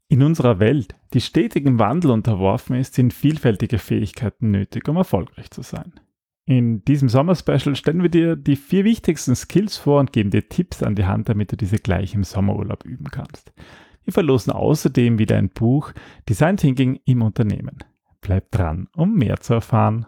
In unserer Welt, die stetigem Wandel unterworfen ist, sind vielfältige Fähigkeiten nötig, um erfolgreich zu sein. In diesem Sommer-Special stellen wir dir die 4 wichtigsten Skills vor und geben dir Tipps an die Hand, damit du diese gleich im Sommerurlaub üben kannst. Wir verlosen außerdem wieder ein Buch Design Thinking im Unternehmen. Bleib dran, um mehr zu erfahren.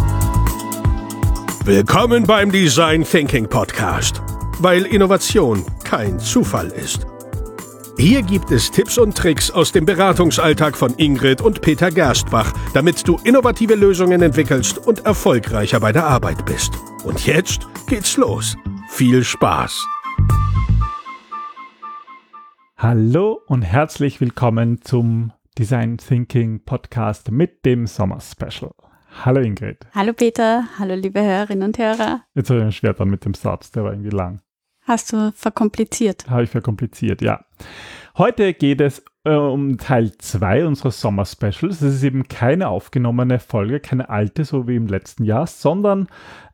Willkommen beim Design Thinking Podcast, weil Innovation kein Zufall ist. Hier gibt es Tipps und Tricks aus dem Beratungsalltag von Ingrid und Peter Gerstbach, damit du innovative Lösungen entwickelst und erfolgreicher bei der Arbeit bist. Und jetzt geht's los. Viel Spaß! Hallo und herzlich willkommen zum Design Thinking Podcast mit dem Sommer-Special. Hallo Ingrid. Hallo Peter, hallo liebe Hörerinnen und Hörer. Jetzt habe ich ein schwer dran mit dem Satz, der war irgendwie lang. Hast du verkompliziert? Habe ich verkompliziert, ja. Heute geht es um Teil 2 unseres Sommer-Specials. Es ist eben keine aufgenommene Folge, keine alte, so wie im letzten Jahr, sondern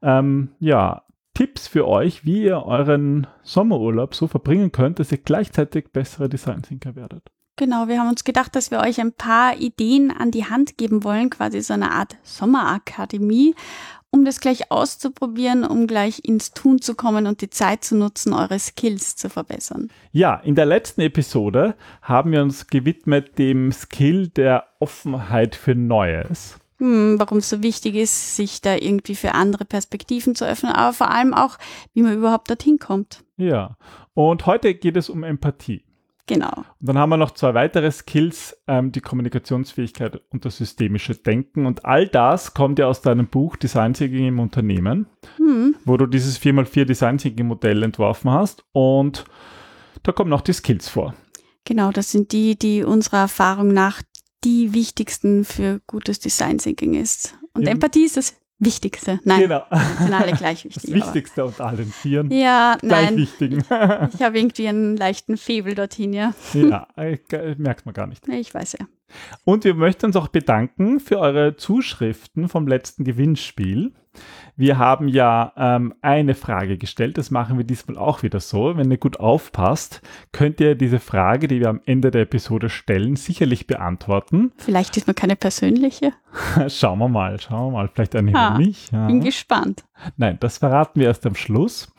Tipps für euch, wie ihr euren Sommerurlaub so verbringen könnt, dass ihr gleichzeitig bessere Design-Thinker werdet. Genau, wir haben uns gedacht, dass wir euch ein paar Ideen an die Hand geben wollen, quasi so eine Art Sommerakademie, um das gleich auszuprobieren, um gleich ins Tun zu kommen und die Zeit zu nutzen, eure Skills zu verbessern. Ja, in der letzten Episode haben wir uns gewidmet dem Skill der Offenheit für Neues. Warum es so wichtig ist, sich da irgendwie für andere Perspektiven zu öffnen, aber vor allem auch, wie man überhaupt dorthin kommt. Ja, und heute geht es um Empathie. Genau. Und dann haben wir noch 2 weitere Skills, die Kommunikationsfähigkeit und das systemische Denken. Und all das kommt ja aus deinem Buch Design Thinking im Unternehmen, wo du dieses 4x4 Design Thinking Modell entworfen hast. Und da kommen noch die Skills vor. Genau, das sind die unserer Erfahrung nach die wichtigsten für gutes Design Thinking ist. Und ja. Empathie ist das Wichtigste. Nein, genau. Sind alle gleich wichtig. Das Wichtigste unter allen 4. Ja, gleich nein. Wichtigen. Ich habe irgendwie einen leichten Faible dorthin, ja. Ja, merkt man gar nicht. Ich weiß ja. Und wir möchten uns auch bedanken für eure Zuschriften vom letzten Gewinnspiel. Wir haben ja eine Frage gestellt, das machen wir diesmal auch wieder so. Wenn ihr gut aufpasst, könnt ihr diese Frage, die wir am Ende der Episode stellen, sicherlich beantworten. Vielleicht ist man keine persönliche. Schauen wir mal. Vielleicht eine mich. Ja. Bin gespannt. Nein, das verraten wir erst am Schluss.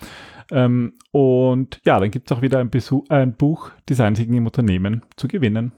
Und ja, dann gibt es auch wieder ein Buch Design Thinking im Unternehmen zu gewinnen.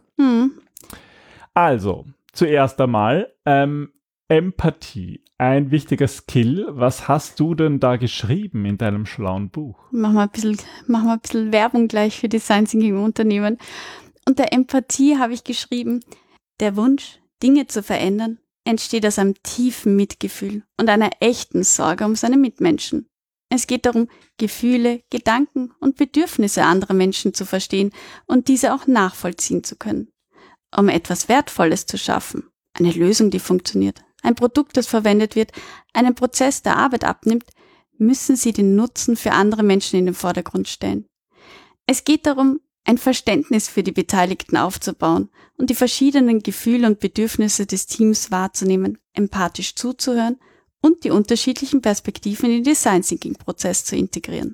Also, zuerst einmal Empathie, ein wichtiger Skill. Was hast du denn da geschrieben in deinem schlauen Buch? Machen wir ein bisschen Werbung gleich für Design Thinking im Unternehmen. Unter Empathie habe ich geschrieben, der Wunsch, Dinge zu verändern, entsteht aus einem tiefen Mitgefühl und einer echten Sorge um seine Mitmenschen. Es geht darum, Gefühle, Gedanken und Bedürfnisse anderer Menschen zu verstehen und diese auch nachvollziehen zu können. Um etwas Wertvolles zu schaffen, eine Lösung, die funktioniert, ein Produkt, das verwendet wird, einen Prozess, der Arbeit abnimmt, müssen Sie den Nutzen für andere Menschen in den Vordergrund stellen. Es geht darum, ein Verständnis für die Beteiligten aufzubauen und die verschiedenen Gefühle und Bedürfnisse des Teams wahrzunehmen, empathisch zuzuhören und die unterschiedlichen Perspektiven in den Design Thinking Prozess zu integrieren.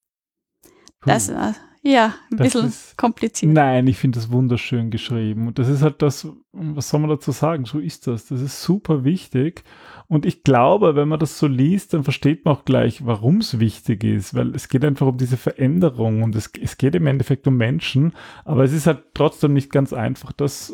Das war ein bisschen kompliziert. Nein, ich finde das wunderschön geschrieben. Und das ist halt das, was soll man dazu sagen? So ist das. Das ist super wichtig. Und ich glaube, wenn man das so liest, dann versteht man auch gleich, warum es wichtig ist. Weil es geht einfach um diese Veränderung und es geht im Endeffekt um Menschen. Aber es ist halt trotzdem nicht ganz einfach, das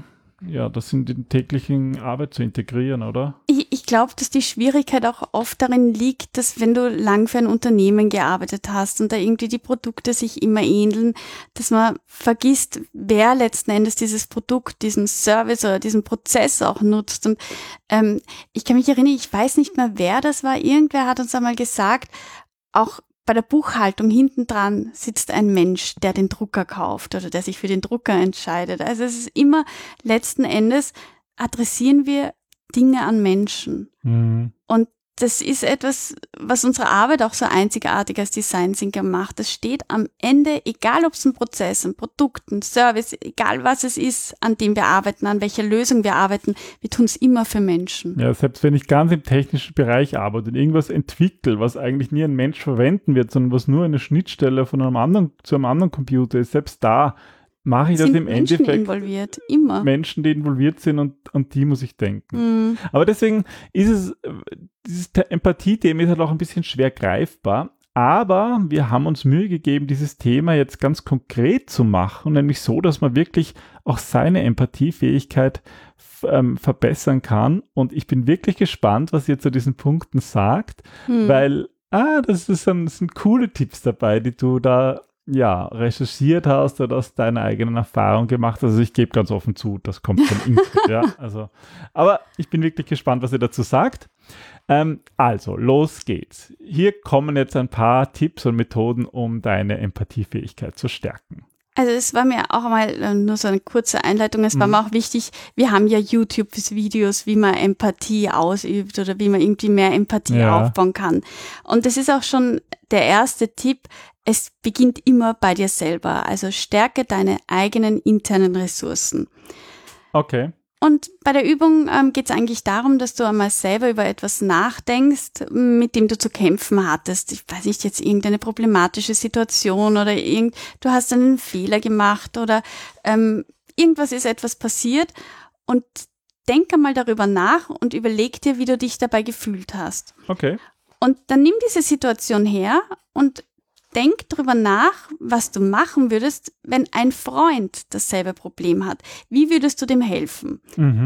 in die täglichen Arbeit zu integrieren, oder? Ich glaube, dass die Schwierigkeit auch oft darin liegt, dass wenn du lang für ein Unternehmen gearbeitet hast und da irgendwie die Produkte sich immer ähneln, dass man vergisst, wer letzten Endes dieses Produkt, diesen Service oder diesen Prozess auch nutzt. Und ich kann mich erinnern, ich weiß nicht mehr, wer das war. Irgendwer hat uns einmal gesagt, auch bei der Buchhaltung hinten dran sitzt ein Mensch, der den Drucker kauft oder der sich für den Drucker entscheidet. Also es ist immer, letzten Endes adressieren wir Dinge an Menschen. Und das ist etwas, was unsere Arbeit auch so einzigartig als Design Thinker macht. Das steht am Ende, egal ob es ein Prozess, ein Produkt, ein Service, egal was es ist, an dem wir arbeiten, an welcher Lösung wir arbeiten, wir tun es immer für Menschen. Ja, selbst wenn ich ganz im technischen Bereich arbeite und irgendwas entwickle, was eigentlich nie ein Mensch verwenden wird, sondern was nur eine Schnittstelle von einem anderen zu einem anderen Computer ist, selbst da mache ich das im Menschen Endeffekt. involviert, immer. Menschen, die involviert sind und an die muss ich denken. Aber deswegen ist es, dieses Empathie-Thema ist halt auch ein bisschen schwer greifbar. Aber wir haben uns Mühe gegeben, dieses Thema jetzt ganz konkret zu machen, nämlich so, dass man wirklich auch seine Empathiefähigkeit verbessern kann. Und ich bin wirklich gespannt, was ihr zu diesen Punkten sagt, weil das sind coole Tipps dabei, die du da recherchiert hast oder aus deiner eigenen Erfahrung gemacht. Also ich gebe ganz offen zu, das kommt von Ingrid, ja. Also, aber ich bin wirklich gespannt, was ihr dazu sagt. Also, los geht's. Hier kommen jetzt ein paar Tipps und Methoden, um deine Empathiefähigkeit zu stärken. Also es war mir auch mal nur so eine kurze Einleitung, es war mir auch wichtig, wir haben ja YouTube-Videos, wie man Empathie ausübt oder wie man irgendwie mehr Empathie aufbauen kann. Und das ist auch schon der erste Tipp, es beginnt immer bei dir selber, also stärke deine eigenen internen Ressourcen. Okay. Und bei der Übung geht es eigentlich darum, dass du einmal selber über etwas nachdenkst, mit dem du zu kämpfen hattest. Ich weiß nicht, jetzt irgendeine problematische Situation oder du hast einen Fehler gemacht oder irgendwas ist etwas passiert und denk einmal darüber nach und überleg dir, wie du dich dabei gefühlt hast. Okay. Und dann nimm diese Situation her und denk drüber nach, was du machen würdest, wenn ein Freund dasselbe Problem hat. Wie würdest du dem helfen?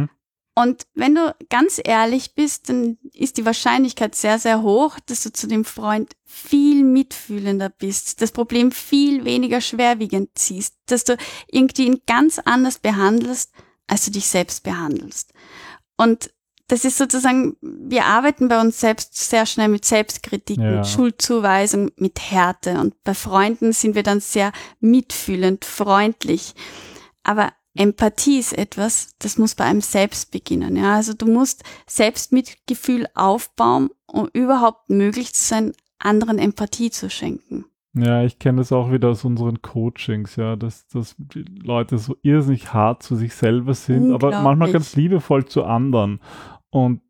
Und wenn du ganz ehrlich bist, dann ist die Wahrscheinlichkeit sehr, sehr hoch, dass du zu dem Freund viel mitfühlender bist, das Problem viel weniger schwerwiegend ziehst, dass du irgendwie ihn ganz anders behandelst, als du dich selbst behandelst. Und das ist sozusagen, wir arbeiten bei uns selbst sehr schnell mit Selbstkritik, mit Schuldzuweisung, mit Härte. Und bei Freunden sind wir dann sehr mitfühlend, freundlich. Aber Empathie ist etwas, das muss bei einem selbst beginnen. Ja? Also du musst Selbstmitgefühl aufbauen, um überhaupt möglich zu sein, anderen Empathie zu schenken. Ja, ich kenne das auch wieder aus unseren Coachings, ja, dass die Leute so irrsinnig hart zu sich selber sind, aber manchmal ganz liebevoll zu anderen. Und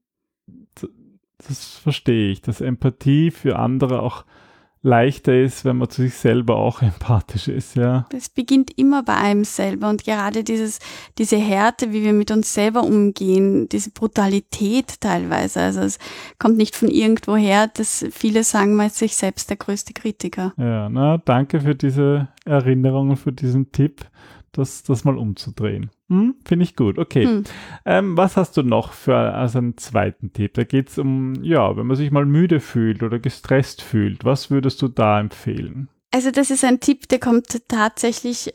das verstehe ich, dass Empathie für andere auch leichter ist, wenn man zu sich selber auch empathisch ist, ja. Es beginnt immer bei einem selber und gerade diese Härte, wie wir mit uns selber umgehen, diese Brutalität teilweise, also es kommt nicht von irgendwo her, dass viele sagen, man ist sich selbst der größte Kritiker. Ja, danke für diese Erinnerung und für diesen Tipp, das mal umzudrehen. Finde ich gut, okay. Was hast du noch für einen zweiten Tipp? Da geht es um, wenn man sich mal müde fühlt oder gestresst fühlt, was würdest du da empfehlen? Also das ist ein Tipp, der kommt tatsächlich,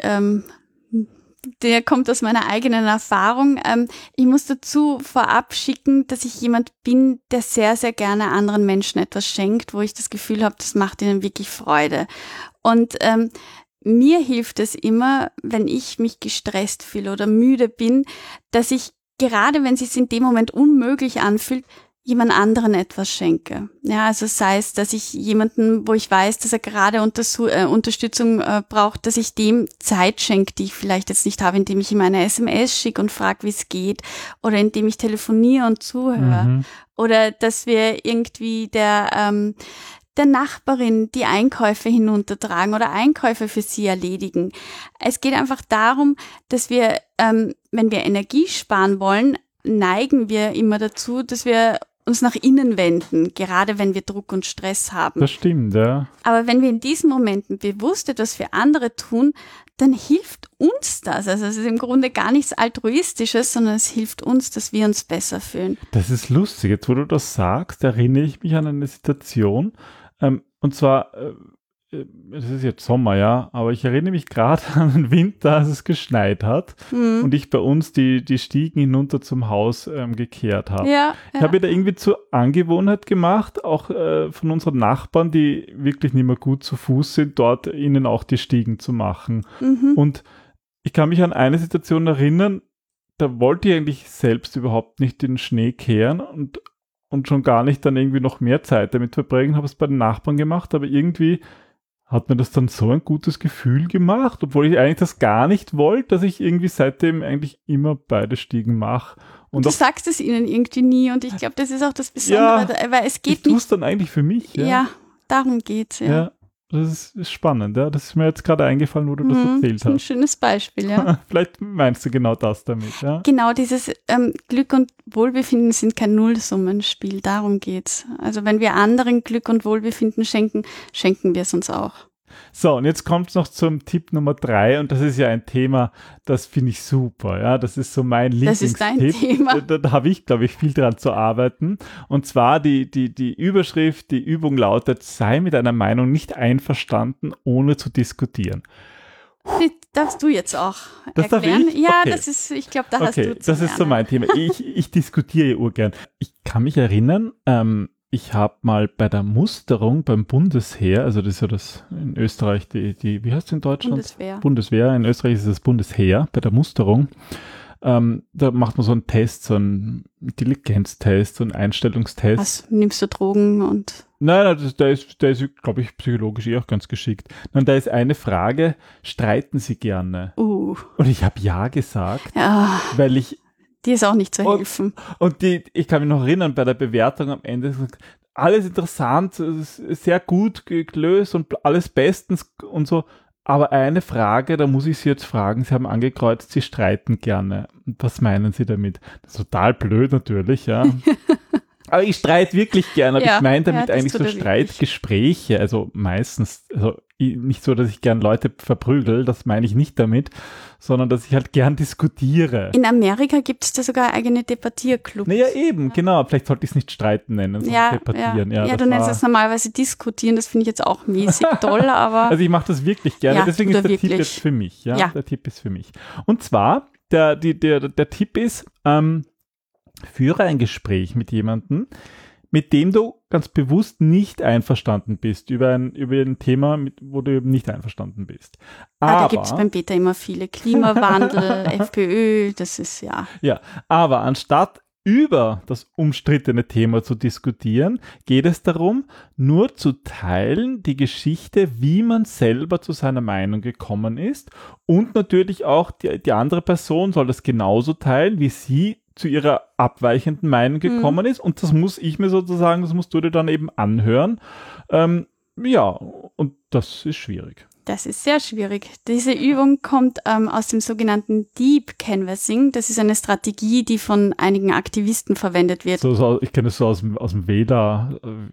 der kommt aus meiner eigenen Erfahrung. Ich muss dazu vorab schicken, dass ich jemand bin, der sehr, sehr gerne anderen Menschen etwas schenkt, wo ich das Gefühl habe, das macht ihnen wirklich Freude. Und mir hilft es immer, wenn ich mich gestresst fühle oder müde bin, dass ich, gerade wenn es sich in dem Moment unmöglich anfühlt, jemand anderen etwas schenke. Ja, also sei es, dass ich jemanden, wo ich weiß, dass er gerade Unterstützung braucht, dass ich dem Zeit schenke, die ich vielleicht jetzt nicht habe, indem ich ihm eine SMS schicke und frage, wie es geht, oder indem ich telefoniere und zuhöre. Oder dass wir irgendwie der Nachbarin die Einkäufe hinuntertragen oder Einkäufe für sie erledigen. Es geht einfach darum, dass wir, wenn wir Energie sparen wollen, neigen wir immer dazu, dass wir uns nach innen wenden, gerade wenn wir Druck und Stress haben. Das stimmt, ja. Aber wenn wir in diesen Momenten bewusst etwas für andere tun, dann hilft uns das. Also es ist im Grunde gar nichts Altruistisches, sondern es hilft uns, dass wir uns besser fühlen. Das ist lustig. Jetzt, wo du das sagst, erinnere ich mich an eine Situation, und zwar, es ist jetzt Sommer, ja, aber ich erinnere mich gerade an den Winter, als es geschneit hat und ich bei uns die Stiegen hinunter zum Haus gekehrt habe. Ich habe mir da irgendwie zur Angewohnheit gemacht, auch von unseren Nachbarn, die wirklich nicht mehr gut zu Fuß sind, dort ihnen auch die Stiegen zu machen. Und ich kann mich an eine Situation erinnern, da wollte ich eigentlich selbst überhaupt nicht den Schnee kehren und schon gar nicht dann irgendwie noch mehr Zeit damit verbringen, habe es bei den Nachbarn gemacht, aber irgendwie hat mir das dann so ein gutes Gefühl gemacht, obwohl ich eigentlich das gar nicht wollte, dass ich irgendwie seitdem eigentlich immer beide Stiegen mache. Und du sagst es ihnen irgendwie nie und ich glaube, das ist auch das Besondere, weil es geht nicht. Ich tue es dann eigentlich für mich. Ja, darum geht's, ja. Das ist spannend, ja. Das ist mir jetzt gerade eingefallen, wo du das erzählt Das ist ein hast. schönes Beispiel, ja. Vielleicht meinst du genau das damit, ja. Genau, dieses Glück und Wohlbefinden sind kein Nullsummenspiel, darum geht's. Also wenn wir anderen Glück und Wohlbefinden schenken, schenken wir es uns auch. So, und jetzt kommt es noch zum Tipp Nummer 3 und das ist ja ein Thema, das finde ich super, ja, das ist so mein Das ist Lieblingstipp. dein Thema. Da habe ich, glaube ich, viel dran zu arbeiten und zwar die Überschrift, die Übung lautet, sei mit einer Meinung nicht einverstanden, ohne zu diskutieren. Das darfst du jetzt auch Das darf erklären. ich? Ja, Okay. das ist, ich glaube, da hast Okay, du zu das ist so lernen. mein Thema. Ich diskutiere urgern. Ich kann mich erinnern, ich habe mal bei der Musterung beim Bundesheer, also das ist ja das in Österreich, wie heißt es in Deutschland? Bundeswehr, in Österreich ist es das Bundesheer, bei der Musterung. Da macht man so einen Test, so einen Intelligenztest, so einen Einstellungstest. Was, nimmst du Drogen und... Nein, der ist, glaube ich, psychologisch auch ganz geschickt. Und da ist eine Frage, streiten Sie gerne? Und ich habe ja gesagt, Ja, weil ich dir ist auch nicht zu helfen. Und ich kann mich noch erinnern, bei der Bewertung am Ende, alles interessant, sehr gut gelöst und alles bestens und so. Aber eine Frage, da muss ich Sie jetzt fragen, Sie haben angekreuzt, Sie streiten gerne. Was meinen Sie damit? Das ist total blöd natürlich, ja. Aber ich streite wirklich gerne. Aber Ja, ich meine damit ja, das eigentlich so tut er wirklich. Streitgespräche, also meistens, also nicht so, dass ich gern Leute verprügel, das meine ich nicht damit, sondern dass ich halt gern diskutiere. In Amerika gibt es da sogar eigene Debattierclubs. Naja, eben, genau. Vielleicht sollte ich es nicht streiten nennen, sondern debattieren. Ja, das du nennst es normalerweise diskutieren, das finde ich jetzt auch mäßig toll, aber Also ich mache das wirklich gerne, Ja, deswegen tut ist er der Tipp wirklich. jetzt für mich. Ja? Ja. Der Tipp ist für mich. Und zwar, der Tipp ist, führe ein Gespräch mit jemandem, mit dem du ganz bewusst nicht einverstanden bist, über ein Thema, wo du eben nicht einverstanden bist. da gibt es beim Peter immer viele. Klimawandel, FPÖ, das ist ja. Ja, aber anstatt über das umstrittene Thema zu diskutieren, geht es darum, nur zu teilen die Geschichte, wie man selber zu seiner Meinung gekommen ist und natürlich auch die andere Person soll das genauso teilen, wie sie zu ihrer abweichenden Meinung gekommen ist und das musst du dir dann eben anhören. Ja, und das ist schwierig. Das ist sehr schwierig. Diese Übung kommt aus dem sogenannten Deep Canvassing. Das ist eine Strategie, die von einigen Aktivisten verwendet wird. Ich kenne es so aus dem WEDA,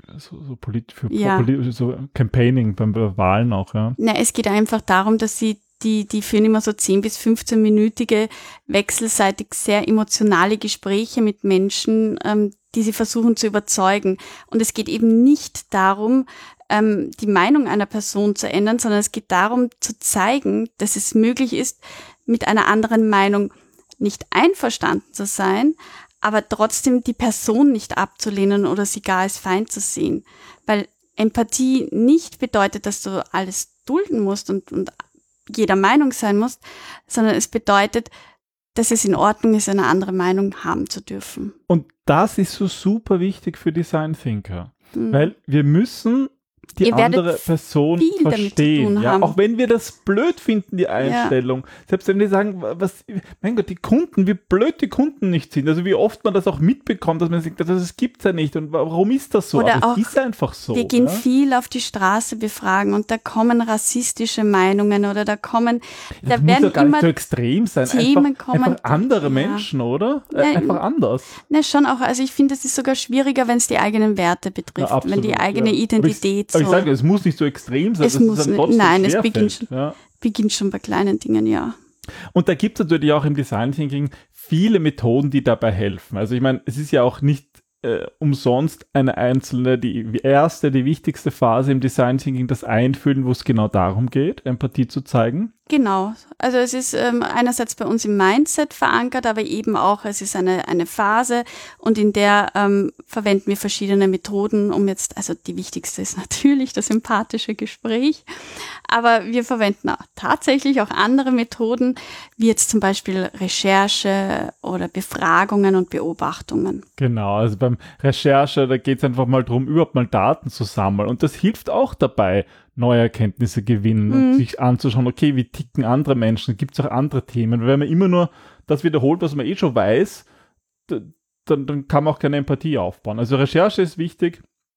so Campaigning bei Wahlen auch, ja. Na, es geht einfach darum, dass die führen immer so 10 bis 15-minütige, wechselseitig sehr emotionale Gespräche mit Menschen, die sie versuchen zu überzeugen. Und es geht eben nicht darum, die Meinung einer Person zu ändern, sondern es geht darum, zu zeigen, dass es möglich ist, mit einer anderen Meinung nicht einverstanden zu sein, aber trotzdem die Person nicht abzulehnen oder sie gar als Feind zu sehen. Weil Empathie nicht bedeutet, dass du alles dulden musst und jeder Meinung sein musst, sondern es bedeutet, dass es in Ordnung ist, eine andere Meinung haben zu dürfen. Und das ist so super wichtig für Design Thinker, weil wir müssen die Ihr werdet andere Person viel damit zu verstehen. tun Ja? haben. Auch wenn wir das blöd finden, die Einstellung. Selbst wenn wir sagen, mein Gott, wie blöd die Kunden nicht sind. Also wie oft man das auch mitbekommt, dass man sagt, das gibt's ja nicht. Und warum ist das so? Oder Aber auch, es ist einfach so. wir gehen ja? viel auf die Straße befragen und da kommen rassistische Meinungen oder da Das muss werden ja gar immer nicht so extrem sein. Themen kommen. Einfach andere Ja. Menschen, oder? Nein. Einfach anders. Na, schon auch, also ich finde, es ist sogar schwieriger, wenn es die eigenen Werte betrifft, Ja, absolut, wenn die eigene ja. Identität Aber ich sage, es muss nicht so extrem sein, Es dass muss es dann nicht- trotzdem nein, es schwerfällt. beginnt schon. Ja. beginnt schon bei kleinen Dingen, ja. Und da gibt es natürlich auch im Design Thinking viele Methoden, die dabei helfen. Also ich meine, es ist ja auch nicht umsonst eine einzelne, die wichtigste Phase im Design Thinking, das Einfühlen, wo es genau darum geht, Empathie zu zeigen. Genau, also es ist einerseits bei uns im Mindset verankert, aber eben auch, es ist eine Phase und in der verwenden wir verschiedene Methoden, also die wichtigste ist natürlich das empathische Gespräch, aber wir verwenden tatsächlich auch andere Methoden, wie jetzt zum Beispiel Recherche oder Befragungen und Beobachtungen. Genau, also beim Recherche, da geht es einfach mal darum, überhaupt mal Daten zu sammeln und das hilft auch dabei, neue Erkenntnisse gewinnen und sich anzuschauen, okay, wie ticken andere Menschen, gibt es auch andere Themen. Weil wenn man immer nur das wiederholt, was man schon weiß, dann kann man auch keine Empathie aufbauen. Also Recherche ist wichtig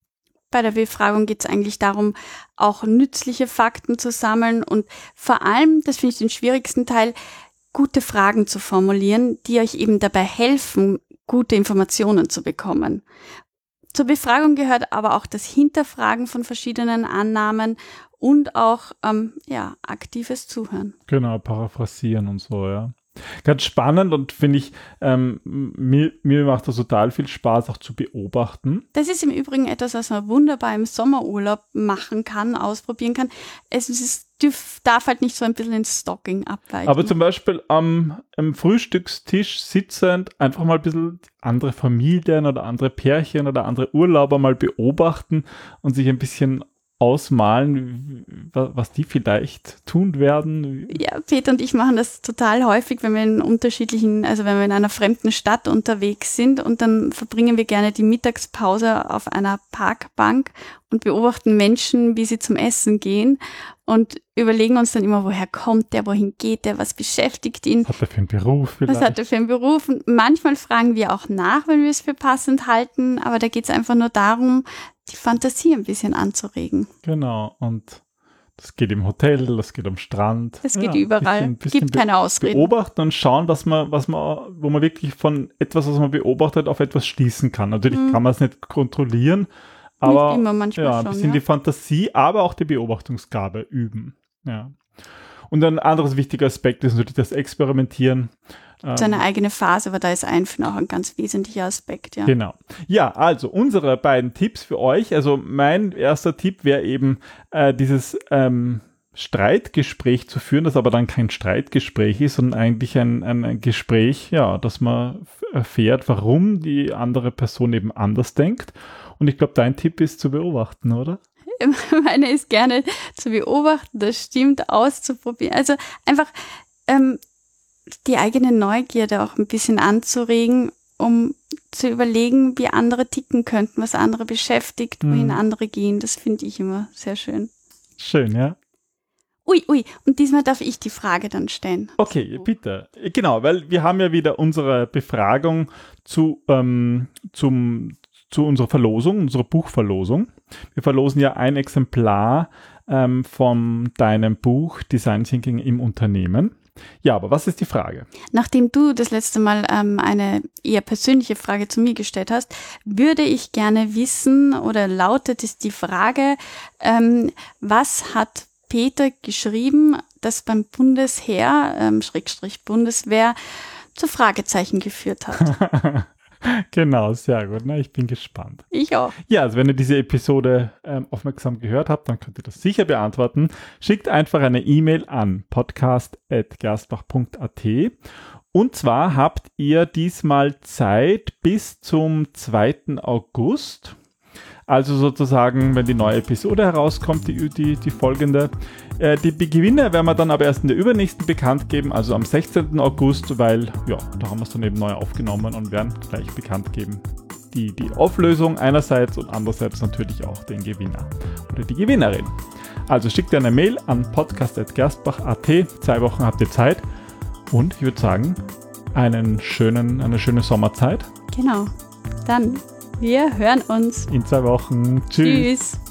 Bei der Befragung geht es eigentlich darum, auch nützliche Fakten zu sammeln und vor allem, das finde ich den schwierigsten Teil, gute Fragen zu formulieren, die euch eben dabei helfen, gute Informationen zu bekommen. Zur Befragung gehört aber auch das Hinterfragen von verschiedenen Annahmen und auch aktives Zuhören. Genau, paraphrasieren und so, ja. Ganz spannend und finde ich, mir macht das total viel Spaß, auch zu beobachten. Das ist im Übrigen etwas, was man wunderbar im Sommerurlaub machen kann, ausprobieren kann. Darf halt nicht so ein bisschen ins Stalking abweichen. Aber zum Beispiel am Frühstückstisch sitzend einfach mal ein bisschen andere Familien oder andere Pärchen oder andere Urlauber mal beobachten und sich ein bisschen ausmalen, was die vielleicht tun werden. Ja, Peter und ich machen das total häufig, wenn wir wenn wir in einer fremden Stadt unterwegs sind und dann verbringen wir gerne die Mittagspause auf einer Parkbank und beobachten Menschen, wie sie zum Essen gehen und überlegen uns dann immer, woher kommt der, wohin geht der, was beschäftigt ihn. Was hat er für einen Beruf vielleicht? Was hat er für einen Beruf? Und manchmal fragen wir auch nach, wenn wir es für passend halten, aber da geht es einfach nur darum, die Fantasie ein bisschen anzuregen. Genau, und das geht im Hotel, das geht am Strand. Das geht überall, gibt keine Ausreden. Beobachten und schauen, wo man wirklich von etwas, was man beobachtet, auf etwas schließen kann. Natürlich kann man es nicht kontrollieren, aber nicht immer, manchmal ein bisschen die Fantasie, aber auch die Beobachtungsgabe üben. Ja. Und ein anderes wichtiger Aspekt ist natürlich das Experimentieren. Seine eigene Phase, aber da ist Einführen auch ein ganz wesentlicher Aspekt, ja. Genau. Ja, also unsere beiden Tipps für euch. Also mein erster Tipp wäre eben dieses Streitgespräch zu führen, das aber dann kein Streitgespräch ist, sondern eigentlich ein Gespräch, ja, dass man erfährt, warum die andere Person eben anders denkt. Und ich glaube, dein Tipp ist zu beobachten, oder? Meine ist gerne zu beobachten, das stimmt, auszuprobieren. Also einfach die eigene Neugierde auch ein bisschen anzuregen, um zu überlegen, wie andere ticken könnten, was andere beschäftigt, wohin andere gehen. Das finde ich immer sehr schön. Schön, ja. Ui, und diesmal darf ich die Frage dann stellen. Okay, bitte. Genau, weil wir haben ja wieder unsere Befragung zu unserer Verlosung, unserer Buchverlosung. Wir verlosen ja ein Exemplar von deinem Buch Design Thinking im Unternehmen. Ja, aber was ist die Frage? Nachdem du das letzte Mal eine eher persönliche Frage zu mir gestellt hast, würde ich gerne wissen, oder lautet es die Frage, was hat Peter geschrieben, das beim Bundesheer, Bundeswehr, zu Fragezeichen geführt hat? Genau, sehr gut. Ich bin gespannt. Ich auch. Ja, also wenn ihr diese Episode aufmerksam gehört habt, dann könnt ihr das sicher beantworten. Schickt einfach eine E-Mail an podcast@gerstbach.at. Und zwar habt ihr diesmal Zeit bis zum 2. August. Also sozusagen, wenn die neue Episode herauskommt, die folgende. Die Gewinner werden wir dann aber erst in der übernächsten bekannt geben, also am 16. August, weil ja, da haben wir es dann eben neu aufgenommen und werden gleich bekannt geben. Die Auflösung einerseits und andererseits natürlich auch den Gewinner oder die Gewinnerin. Also schickt ihr eine Mail an podcast@gerstbach.at. 2 Wochen habt ihr Zeit und ich würde sagen, eine schöne Sommerzeit. Genau. Dann, wir hören uns. In 2 Wochen. Tschüss. Tschüss.